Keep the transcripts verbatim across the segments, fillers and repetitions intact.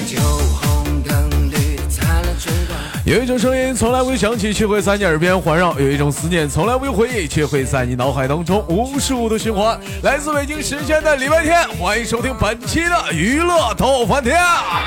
有一种声音从来未响起，却会在你耳边环绕；有一种思念从来未回忆，却会在你脑海当中无数的循环。来自北京时间的礼拜天，欢迎收听本期的娱乐逗翻天。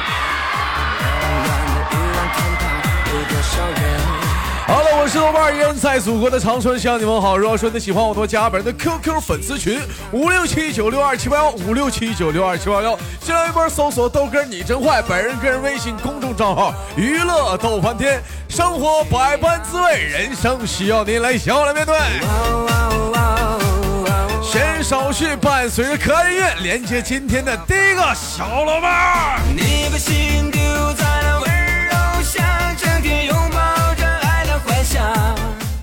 好了，我是豆瓣，人在祖国的长春向你们好。如果说你喜欢我，多加本人的 Q Q 粉丝群五六七九六二七八幺五六七九六二七八幺，新浪微博搜索豆哥你真坏，本人个人微信公众账号娱乐逗翻天。生活百般滋味，人生需要您来笑来面对。先手续伴随着可爱音乐，连接今天的第一个小老妹儿。你把心丢在了温柔乡，整天拥抱着爱的幻想。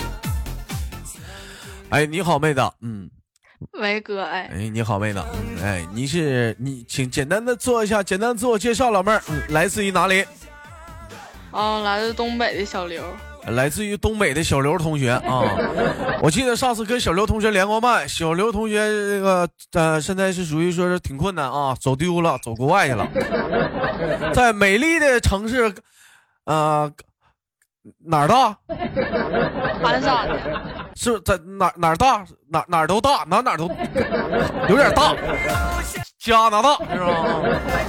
哎，你好，妹子。嗯， 喂，哥。哎， 哎，你好，妹子。嗯、哎，你是你，请简单的做一下简单自我介绍，老妹儿。嗯，来自于哪里？ 哦，来自东北的小刘。 来自于东北的小刘同学啊，我记得上次跟小刘同学连过麦，小刘同学这个呃现在是属于说是挺困难啊，走丢了，走国外去了，在美丽的城市，呃哪儿大？ 鞍山的。 是在哪哪儿大？哪哪儿都大，哪哪儿都有点大，加拿大是吧？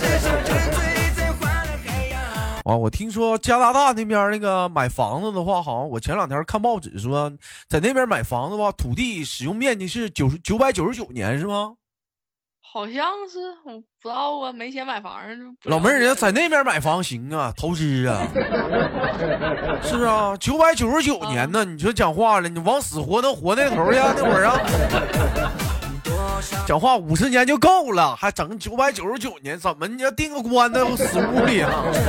啊，我听说加拿大那边那个买房子的话，好像我前两天看报纸说，在那边买房子的话，土地使用面积是九十九百九十九年，是吗？ 好像是，我不知道啊，没钱买房。 老妹儿，人家在那边买房行啊，投资啊，是啊，九百九十九年呢，你说讲话了，你往死活能活那头呀？那会儿啊。讲话五十年就够了，还整九百九十九年，怎么你要订个棺在死屋里啊？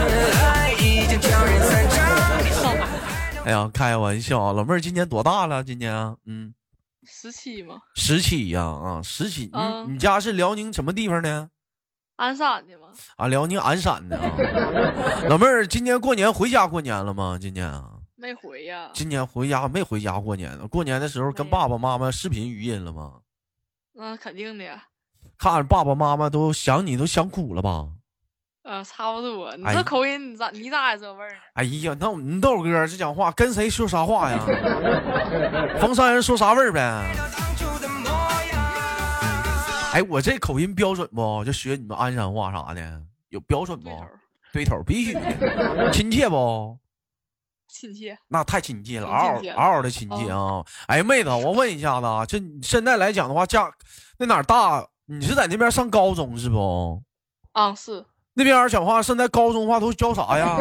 哎呀，开玩笑，老妹儿今年多大了？今年嗯， 十七吗？ 十七呀，啊，十七。 嗯、 你你家是辽宁什么地方的？ 鞍山的吗？ 啊，辽宁鞍山的啊。老妹儿，今年过年回家过年了吗？今年啊？ 没回呀。 今年回家没回家过年呢？过年的时候跟爸爸妈妈视频语音了吗？ 那肯定的呀， 看着爸爸妈妈都想你，都想哭了吧？ 呃，差不多。你这口音，你咋你咋还这味儿呢？ 哎呀，那你豆哥这讲话跟谁说啥话呀？逢山人说啥味儿呗？哎，我这口音标准不？就学你们鞍山话啥的，有标准不？对头，必须的。亲切不？ 亲切， 那太亲切了，嗷嗷嗷的亲切啊！哦、哎，妹子，我问一下子啊，这现在来讲的话，家那哪儿大？你是在那边上高中是不？ 啊，是。 那边讲话，现在高中话都教啥呀？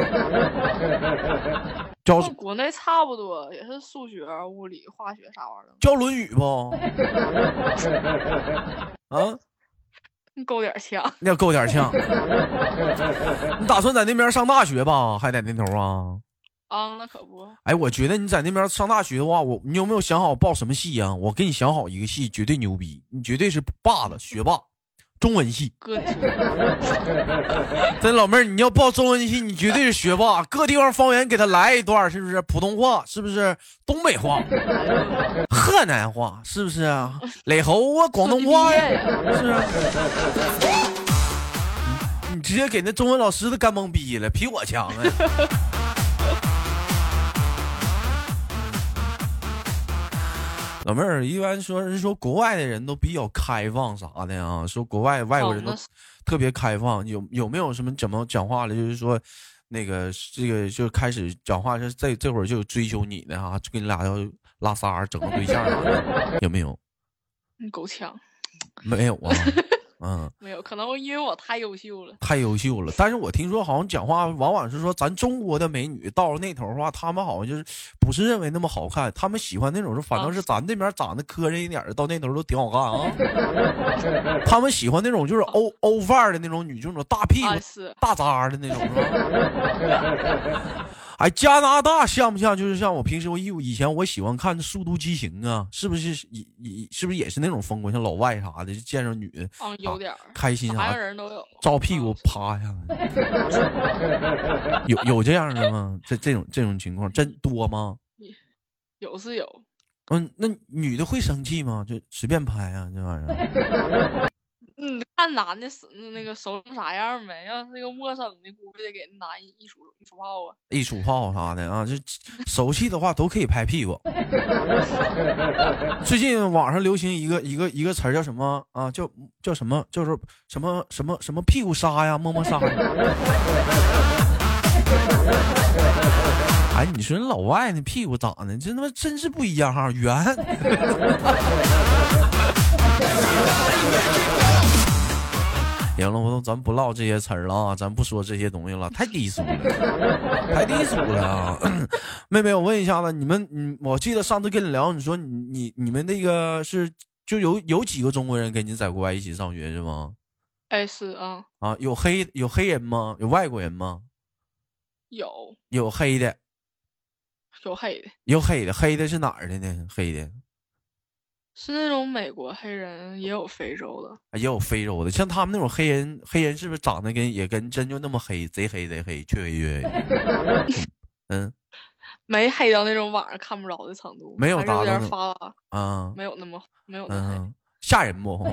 教跟国内差不多，也是数学、物理、化学啥玩意儿。 教《论语》不？啊？ 你够点呛， 你要够点呛。你打算在那边上大学吧？还在那头啊？ 啊，那可不。 哎，我觉得你在那边上大学的话，我你有没有想好报什么系啊？我给你想好一个系，绝对牛逼，你绝对是霸子学霸，中文系。 哥， 真老妹儿，你要报中文系，你绝对是学霸，各地方方言给他来一段，是不是？普通话是不是？东北话、河南话是不是啊？雷猴啊，广东话呀，是啊。你直接给那中文老师都干懵逼了，比我强啊！老妹儿，一般说人说国外的人都比较开放啥的啊，说国外外国人都特别开放，有有没有什么怎么讲话了？就是说，那个这个就开始讲话是这这会儿就追求你的哈，就跟你俩要拉撒整个对象啥的，有没有？ 你够呛。 没有啊。嗯， 没有，可能因为我太优秀了， 太优秀了。但是我听说好像讲话往往是说咱中国的美女到了那头的话，他们好像就是不是认为那么好看，他们喜欢那种是反正是咱这边长得磕碜一点的，到那头都挺好看啊。他们喜欢那种就是欧欧范儿的那种女，就那种大屁股、啊、大渣的那种，是吧？哎，加拿大像不像？就是像我平时我以前我喜欢看《速度激情》啊，是不是也也是不是也是那种风格？像老外啥的，见着女的， 嗯，有点、啊、 开心啥， 人都有， 照屁股趴下来，有有这样的吗？这这种这种情况真多吗？ 有是有。 嗯，那女的会生气吗？就随便拍啊，这玩意儿。 嗯，看看男的那个熟成啥样没？要是个陌生的，估计得给人拿一一杵一杵炮啊， 一杵炮啥的啊，这熟悉的话都可以拍屁股。最近网上流行一个一个一个词儿叫什么啊？叫叫什么？就是什么什么什么屁股杀呀，么么杀。哎，你说老外那屁股长得真他妈真是不一样哈，圆。行了，我咱不唠这些词儿了啊，咱不说这些东西了，太低俗了，太低俗了啊！妹妹，我问一下子，你们，嗯，我记得上次跟你聊，你说你你你们那个是就有有几个中国人跟你在国外一起上学是吗？ 哎，是啊， 啊，有黑有黑人吗？有外国人吗？ 有有黑的， 有黑的， 有黑的，黑的是哪儿的呢？黑的。 是那种美国黑人，也有非洲的， 也有非洲的，像他们那种黑人，黑人是不是长得跟也跟真就那么黑，贼黑贼黑，黢黑黢黑？嗯， 没黑到那种网上看不着的程度， 没有达到有点发啊， 没有那么没有那么黑。 嗯，吓人不？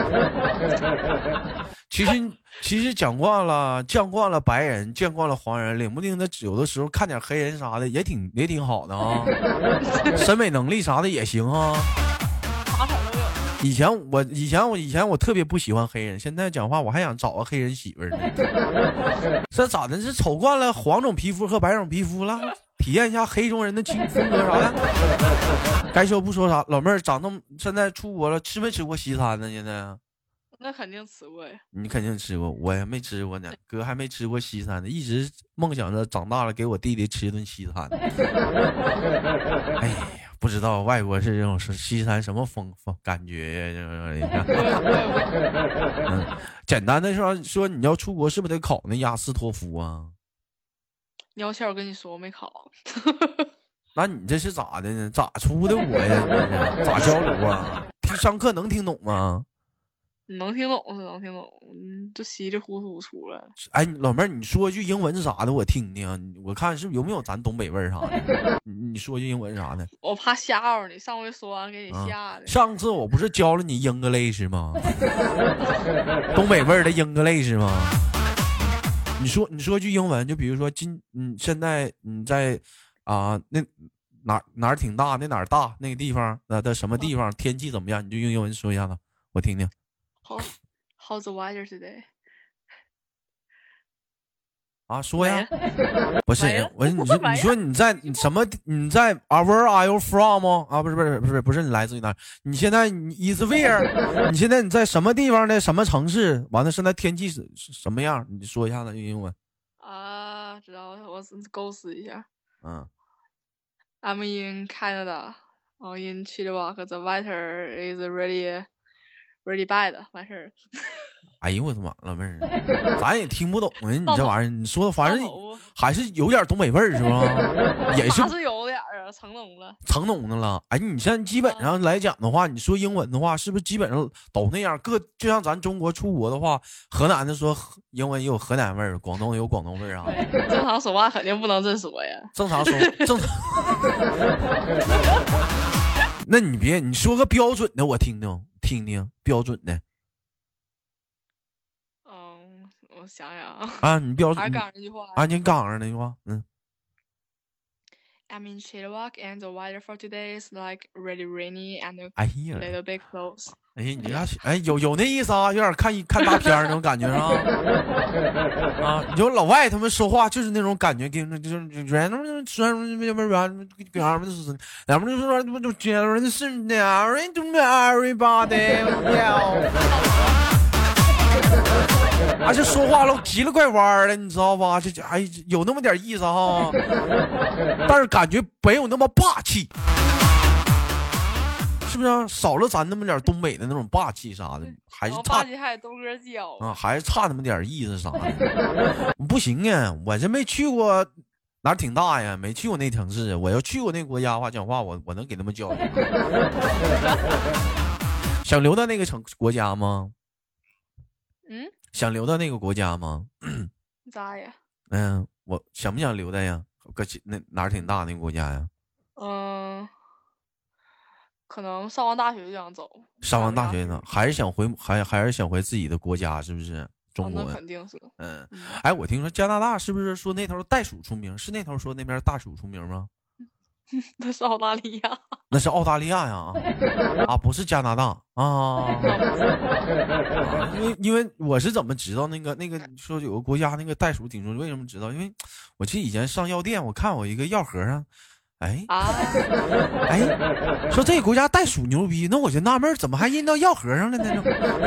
其实其实讲惯了，见惯了白人，见惯了黄人，领不定的有的时候看点黑人啥的也挺也挺好的啊，审美能力啥的也行啊。以前我以前我以前我特别不喜欢黑人，现在讲话我还想找个黑人媳妇儿呢。这咋的？是瞅惯了黄种皮肤和白种皮肤了，体验一下黑种人的风格啥的。该说不说啥，老妹儿长那么现在出国了，吃没吃过西餐呢？现在？ 那肯定吃过呀。 你肯定吃过，我也没吃过呢。哥还没吃过西餐呢，一直梦想着长大了给我弟弟吃一顿西餐。哎呀。不知道外国是这种是西餐什么风风感觉呀？嗯，简单的说说你要出国是不是得考那雅思托福啊？ 你要钱我跟你说我没考。 那你这是咋的呢？咋出的国呀？咋交流啊？听上课能听懂吗？ 能听懂是能听懂，嗯，就稀里糊涂出来。 哎，老妹儿，你说句英文啥的，我听听，我看是有没有咱东北味儿啥的。你你说句英文啥的？ 我怕吓着你，上回说完给你吓的、 啊。上次我不是教了你英格类是吗？东北味儿的英格类是吗？你说你说句英文，就比如说今嗯现在你在啊、呃、那哪哪儿挺大，那哪儿大那个地方那的什么地方、啊、天气怎么样？你就用英文说一下子，我听听。 How How's the weather today？ 啊，说呀，不是我，你说你说你在你什么？你在啊 ？Where are you from？ 啊，不是不是不是不是，你来自于哪？你现在你 is where？ 你现在你在什么地方的什么城市？完了，现在天气是什么样？你说一下子用英文。 啊，知道，我构思一下。 嗯 ，I'm in Canada. Oh, in Chilliwack, the weather is really. really bad， 完事儿。 哎呦我的妈，老妹儿，咱也听不懂啊！你这玩意儿，你说的反正还是有点东北味儿，是吧？也是， 是有点啊，成龙了， 成龙的了。哎，你现在基本上来讲的话，你说英文的话，是不是基本上都那样？各就像咱中国出国的话，河南的说英文也有河南味儿，广东也有广东味儿啊。 正常说话肯定不能这么说呀。 正常说，正常。那你别，你说个标准的，我听听。听听标准的， 嗯，我想想啊， 啊，你标准， 还是刚那句话啊，你刚上那句话，嗯。 I'm in Chilliwack and the weather for today is like really rainy and a little bit close。 哎呀，你看，哎，有有那意思啊，有点看看大片那种感觉啊。啊，你说老外他们说话就是那种感觉，给就是就是原来原原原给俺们是，俺们就说就就觉得是 Mary to everybody， 而且说话老急了拐弯了，你知道吧？这哎有那么点意思哈，但是感觉没有那么霸气。是不是、啊、少了咱那么点东北的那种霸气啥的，还是差霸气还得东哥教啊，还是差那么点意思啥的。不行啊，我这没去过哪儿挺大呀，没去过那城市。我要去过那国家的话，讲话我我能给他们教育。想留在那个城国家吗？ 嗯， 想留在那个国家吗？ 咋呀？ 嗯，我想不想留在呀？搁那哪儿挺大那个国家呀？ 嗯。 可能上完大学就想走。 上完大学呢，还是想回，还还是想回自己的国家，是不是？中国、 哦、那肯定是。 嗯，哎，我听说加拿大是不是说那头袋鼠出名？是那头说那边大鼠出名吗？ 那是澳大利亚。 那是澳大利亚呀，啊，不是加拿大啊。因为因为我是怎么知道那个那个说有个国家那个袋鼠挺出名？为什么知道？因为我记得以前上药店，我看我一个药盒上。哎，啊、哎，说这个国家袋鼠牛逼，那我就纳闷，怎么还印到药盒上了呢？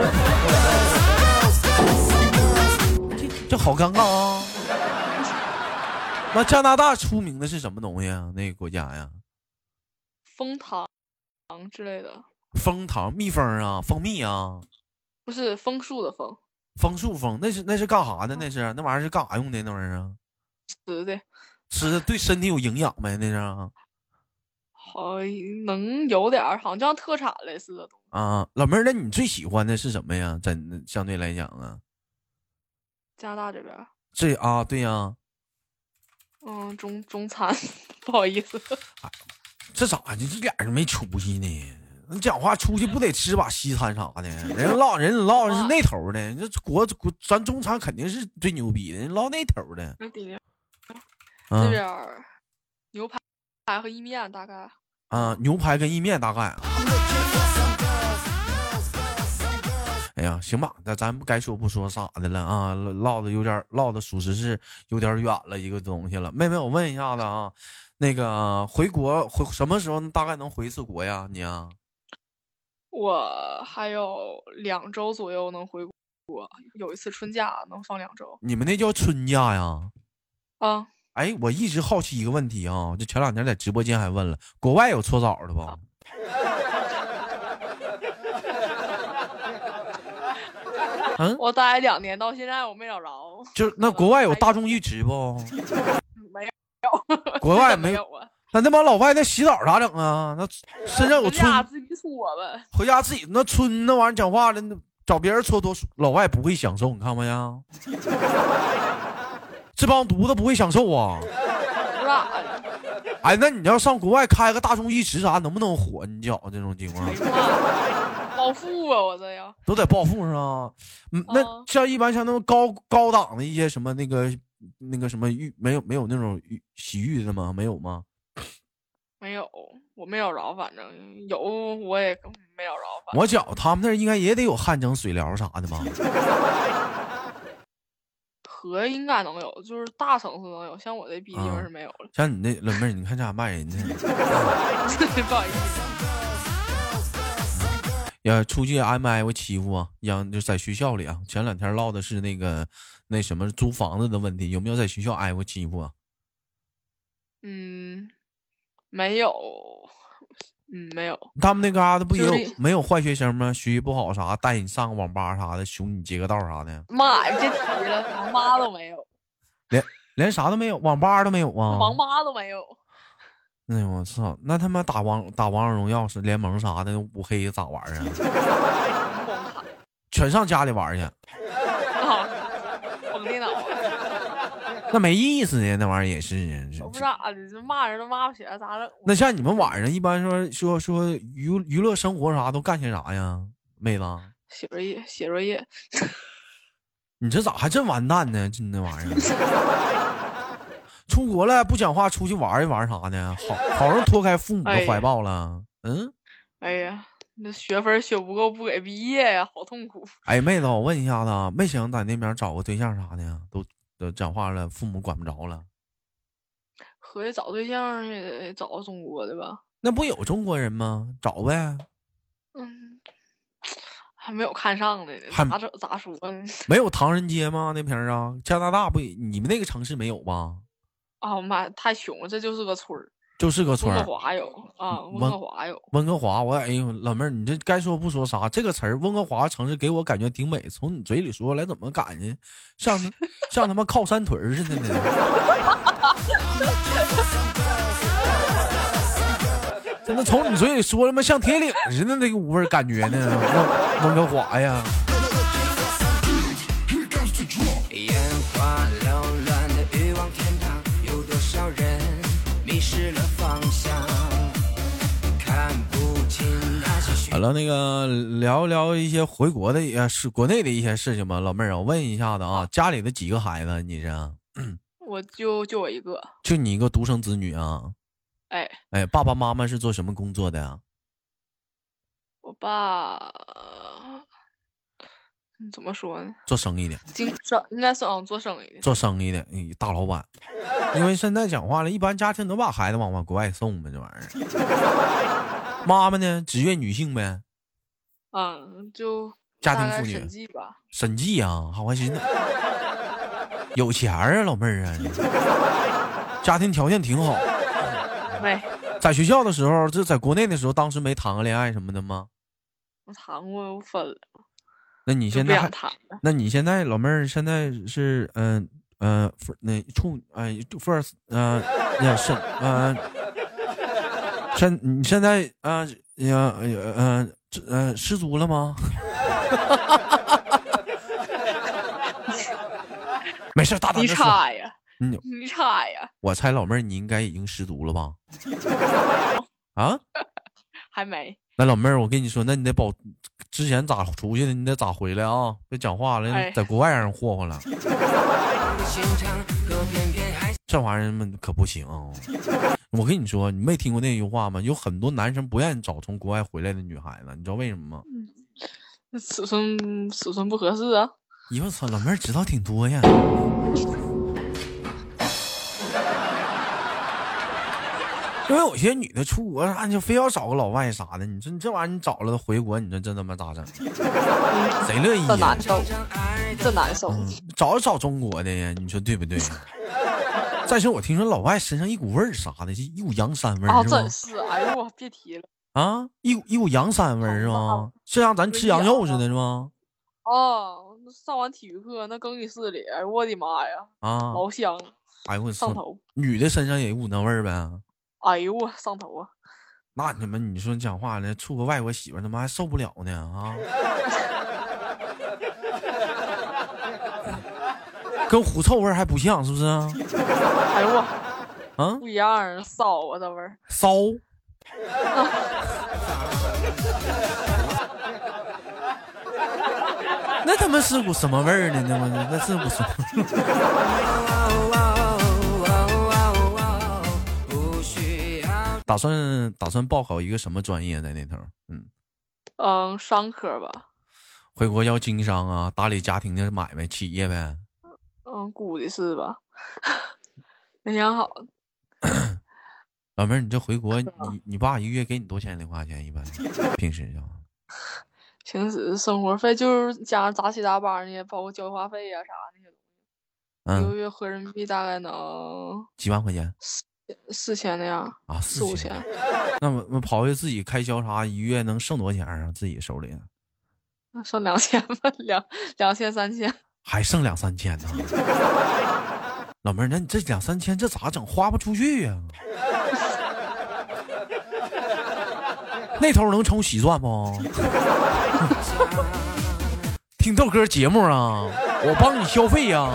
这这好尴尬啊！那加拿大出名的是什么东西啊？那个国家呀？ 蜂糖之类的。 蜂糖、蜜蜂啊，蜂蜜啊？ 不是枫树的枫。 枫树枫，那是那是干啥的？那是那玩意儿是干啥用的？那玩意儿啊？ 吃的。 吃的对身体有营养呗？那是好能有点儿，好像像特产类似的东西啊。老妹儿，那你最喜欢的是什么呀？真的相对来讲啊， 加拿大这边这啊，对呀、啊， 嗯，中中餐，不好意思， 啊、这咋的？这点儿没出息呢？你讲话出去不得吃把西餐啥的？人唠人唠的是那头的，这国国咱中餐肯定是最牛逼的，人唠那头的。 这边、啊、牛排和意面大概啊，牛排跟意面大概啊。哎呀，行吧，那咱不该说不说啥的了啊，唠的有点唠的属实是有点远了一个东西了。妹妹，我问一下子啊，那个回国回什么时候大概能回一次国呀？你啊？ 我还有两周左右能回国，有一次春假能放两周。 你们那叫春假呀？ 啊。 哎，我一直好奇一个问题啊，就前两天在直播间还问了，国外有搓澡的不？啊、嗯， 我待两年到现在我没找着。 就那国外有大众浴池不？ 没有。 国外没有啊。 那那帮老外那洗澡咋整啊？那身上有春， 回家自己搓呗。 回家自己那春那玩意儿讲话了，找别人搓多，老外不会享受，你看没呀？这帮犊子不会享受啊！哎，那你要上国外开个大众浴池啥，能不能火？你觉这种情况？ 暴富啊！我这要都得暴富是吧？嗯，那像一般像那种高高档的一些什么那个那个什么浴，没有没有那种浴洗浴的吗？没有吗？ 没有，我没找着，反正有我也没找着。 我觉他们那应该也得有汗蒸水疗啥的吧？ 河应该能有，就是大城市能有，像我这逼地方是没有了。 啊、像你那老妹儿，你看这咋骂人呢？ 不好意思。 呀，出去挨没挨过欺负啊？让就在学校里啊。前两天唠的是那个那什么租房子的问题，有没有在学校挨过欺负啊？ 嗯，没有。嗯，没有。 他们那嘎达不也有没有坏学生吗？学习不好啥，带你上个网吧啥的，熊你截个道啥的。 妈呀，这题了，网吧都没有， 连连啥都没有，网吧都没有啊， 网吧都没有。 哎我操，那他妈打王打王者荣耀是联盟啥的，五黑咋玩啊？全上家里玩去。 啊，崩电脑。 那没意思呢，那玩意儿也是。 我不咋的，这骂人都骂不起来，咋整？ 那像你们晚上一般说说说娱娱乐生活啥都干些啥呀，妹子？ 写作业，写作业。 你这咋还真完蛋呢？这那玩意儿，出国了不讲话，出去玩一玩啥的，好好容易脱开父母的怀抱了。哎、嗯， 哎呀，那学分学不够，不给毕业呀，好痛苦。 哎，妹子，我问一下子，没想在那边找个对象啥的，都。都讲话了，父母管不着了。 合计找对象也得找中国的吧？ 那不有中国人吗？找呗。 嗯，还没有看上的，咋整？咋说呢？ 没有唐人街吗？那片儿啊，加拿大不？你们那个城市没有吧？ 啊妈，太穷了，这就是个村儿。 就是个村儿。 温哥华有啊，温哥华有。 温哥华，我哎呦，老妹儿，你这该说不说啥？这个词儿，温哥华城市给我感觉挺美，从你嘴里说来，怎么感觉像像他妈靠山屯似的呢？真的从你嘴里说他妈像铁岭似的那个五味感觉呢？温温哥华呀。眼花缭乱的欲望天堂，有多少人迷失了方向，看不清了，那个聊聊一些回国的呃是国内的一些事情吧。老妹儿，我问一下子啊，家里的几个孩子？你是？ 我就就我一个。 就你一个独生子女啊？ 哎哎，爸爸妈妈是做什么工作的呀？ 我爸怎么说呢？ 做生意的。 经商应该是嗯做生意的。 做生意的，大老板。因为现在讲话了，一般家庭都把孩子往往国外送呗，这玩意儿。妈妈呢，职业女性呗。 嗯，就家庭妇女。 审计吧。 审计啊，好开心呢。有钱啊，老妹儿啊，家庭条件挺好。 没。 在学校的时候，就在国内的时候，当时没谈过恋爱什么的吗？ 我谈过，我分了。 那你现在还？那你现在老妹儿现在是嗯嗯、呃呃、那处哎 first 嗯也是嗯现你现在啊呀嗯嗯失足了吗？没事，大胆的说。 你差呀， 嗯， 你差呀。 我猜老妹儿你应该已经失足了吧？啊？ 还没。 那老妹儿，我跟你说，那你得保，之前咋出去的，你得咋回来啊？别讲话了， 哎、 在国外让人霍霍了。这玩意儿可不行。我跟你说，你没听过那句话吗？有很多男生不愿意找从国外回来的女孩子，你知道为什么吗？ 嗯，尺寸尺寸不合适啊。 咦，我操，老妹儿知道挺多呀。因为有些女的出国，啊，就非要找个老外啥的。你说你这玩意儿，你找了回国，你说这他妈咋整？谁乐意？ 这难受，这难受。 嗯，找找中国的呀，你说对不对？再说我听说老外身上一股味儿啥的，一股洋膻味儿。 啊，真是，哎呦，别提了。 啊，一股一股洋膻味儿是吗？是像咱吃羊肉似的，是吗？ 哦，上完体育课那更衣室里，哎，我的妈呀！ 啊， 老香。 哎呦我上头。 女的身上也有股那味儿呗。 哎呦我上头啊！ 那他妈你说讲话呢，处个外国媳妇他妈还受不了呢啊！跟狐臭味还不像，是不是？ 哎呦我， 啊， 不一样，骚啊这味儿。 骚。那他妈是股什么味儿呢？那么那是股什么？打算打算报考一个什么专业在那头？嗯嗯，商科吧。 回国要经商啊，打理家庭的买卖企业呗。 嗯，估计是吧。没想好。 老妹儿，你这回国，你你爸一个月给你多少钱零花钱？一般平时啊？ 平时生活费就是加上杂七杂八那些，包括交话费呀、啊、啥那些东西。 嗯， 一个月合人民币大概能几万块钱。 四千那样啊， 四五千。 那么那刨去自己开销啥，一月能剩多少钱啊？自己手里？ 那剩两千吧，两两千三千。 还剩两三千呢。老妹儿，那你这两三千这咋整？花不出去呀、啊。那头能冲喜钻不？听豆哥节目啊，我帮你消费呀、啊。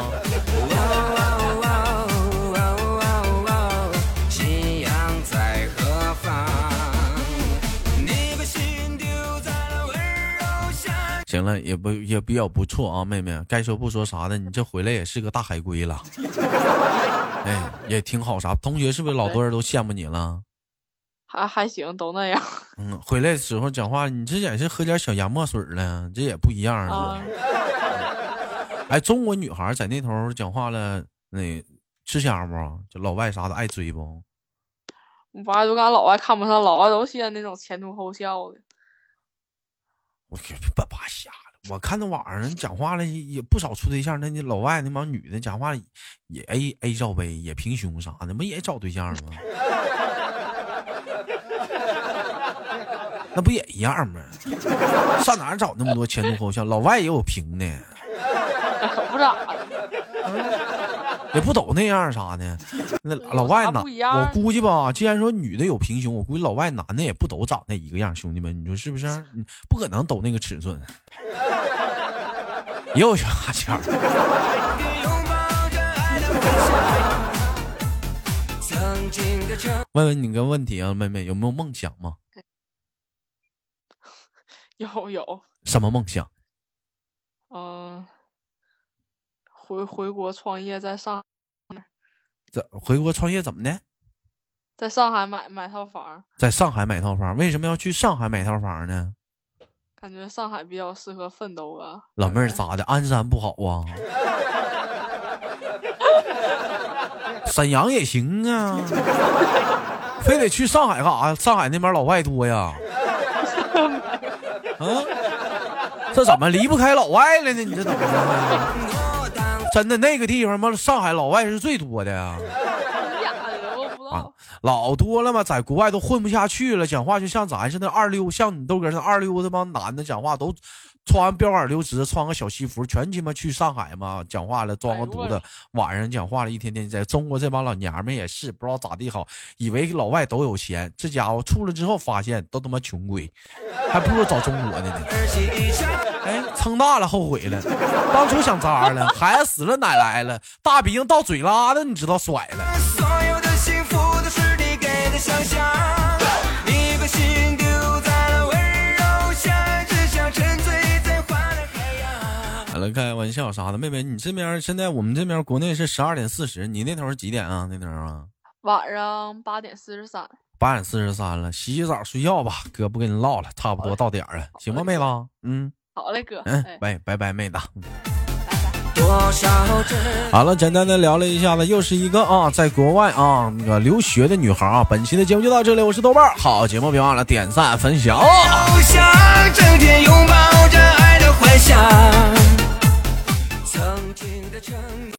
行了，也不也比较不错啊，妹妹，该说不说啥的，你这回来也是个大海归了。哎，也挺好啥，同学是不是老多人都羡慕你了？ 还还行，都那样。 嗯，回来的时候讲话，你这也是喝点小洋墨水了，这也不一样啊。哎，中国女孩在那头讲话了，那吃香不？就老外啥的爱追不？ 我爸就跟老外看不上，老外都喜欢那种前凸后翘的。 我别叭瞎了！我看到网上讲话了，也不少处对象，那老外那帮女的讲话也 A A 罩杯，也平胸啥的，不也找对象吗？那不也一样吗？上哪找那么多前凸后翘？老外也有平的， 可不咋的。 也不都那样啥的。那老外男，我估计吧，既然说女的有平胸，我估计老外男的也不都长那一个样。兄弟们，你说是不是？不可能都那个尺寸，也有小哈欠。问问你个问题啊，妹妹，有没有梦想吗？ 有有。 什么梦想？ 嗯、呃，回回国创业，在上这回国创业怎么的？ 在上海买买套房。 在上海买套房，为什么要去上海买套房呢？ 感觉上海比较适合奋斗啊。 老妹儿咋的？鞍山不好啊？沈阳也行啊，非得去上海干啥？上海那边老外多呀。啊，这怎么离不开老外了呢？你这怎么的？真的那个地方嘛，上海老外是最多的呀。啊，老多了嘛，在国外都混不下去了，讲话就像咱似的二溜，像你豆哥那二溜这帮男的讲话都穿完标杆溜直，穿个小西服，全鸡巴去上海嘛，讲话了装个犊子，晚上讲话了，一天天在中国这帮老娘们也是不知道咋地好，以为老外都有钱，这家伙出了之后发现都他妈穷鬼，还不如找中国的呢。哎，撑大了后悔了，当初想渣了，孩子死了奶来了，大鼻子到嘴拉的，你知道甩了。幸福的是你给的想象，一个心丢在了温柔乡，只想沉醉在欢乐海洋。好了，开玩笑啥的，妹妹，你这边现在我们这边国内是十二点四十，你那头是几点啊？那头啊？ 晚上八点四十三。 八点四十三了，洗洗澡睡觉吧，哥不跟你唠了，差不多到点了，行吗，妹子？嗯， 好嘞，哥。 嗯，拜拜拜，妹子。 多少好了，简单的聊了一下子，又是一个啊，在国外啊那个留学的女孩啊。本期的节目就到这里，我是豆瓣，好节目别忘了点赞分享。 想整天拥抱着爱的幻想。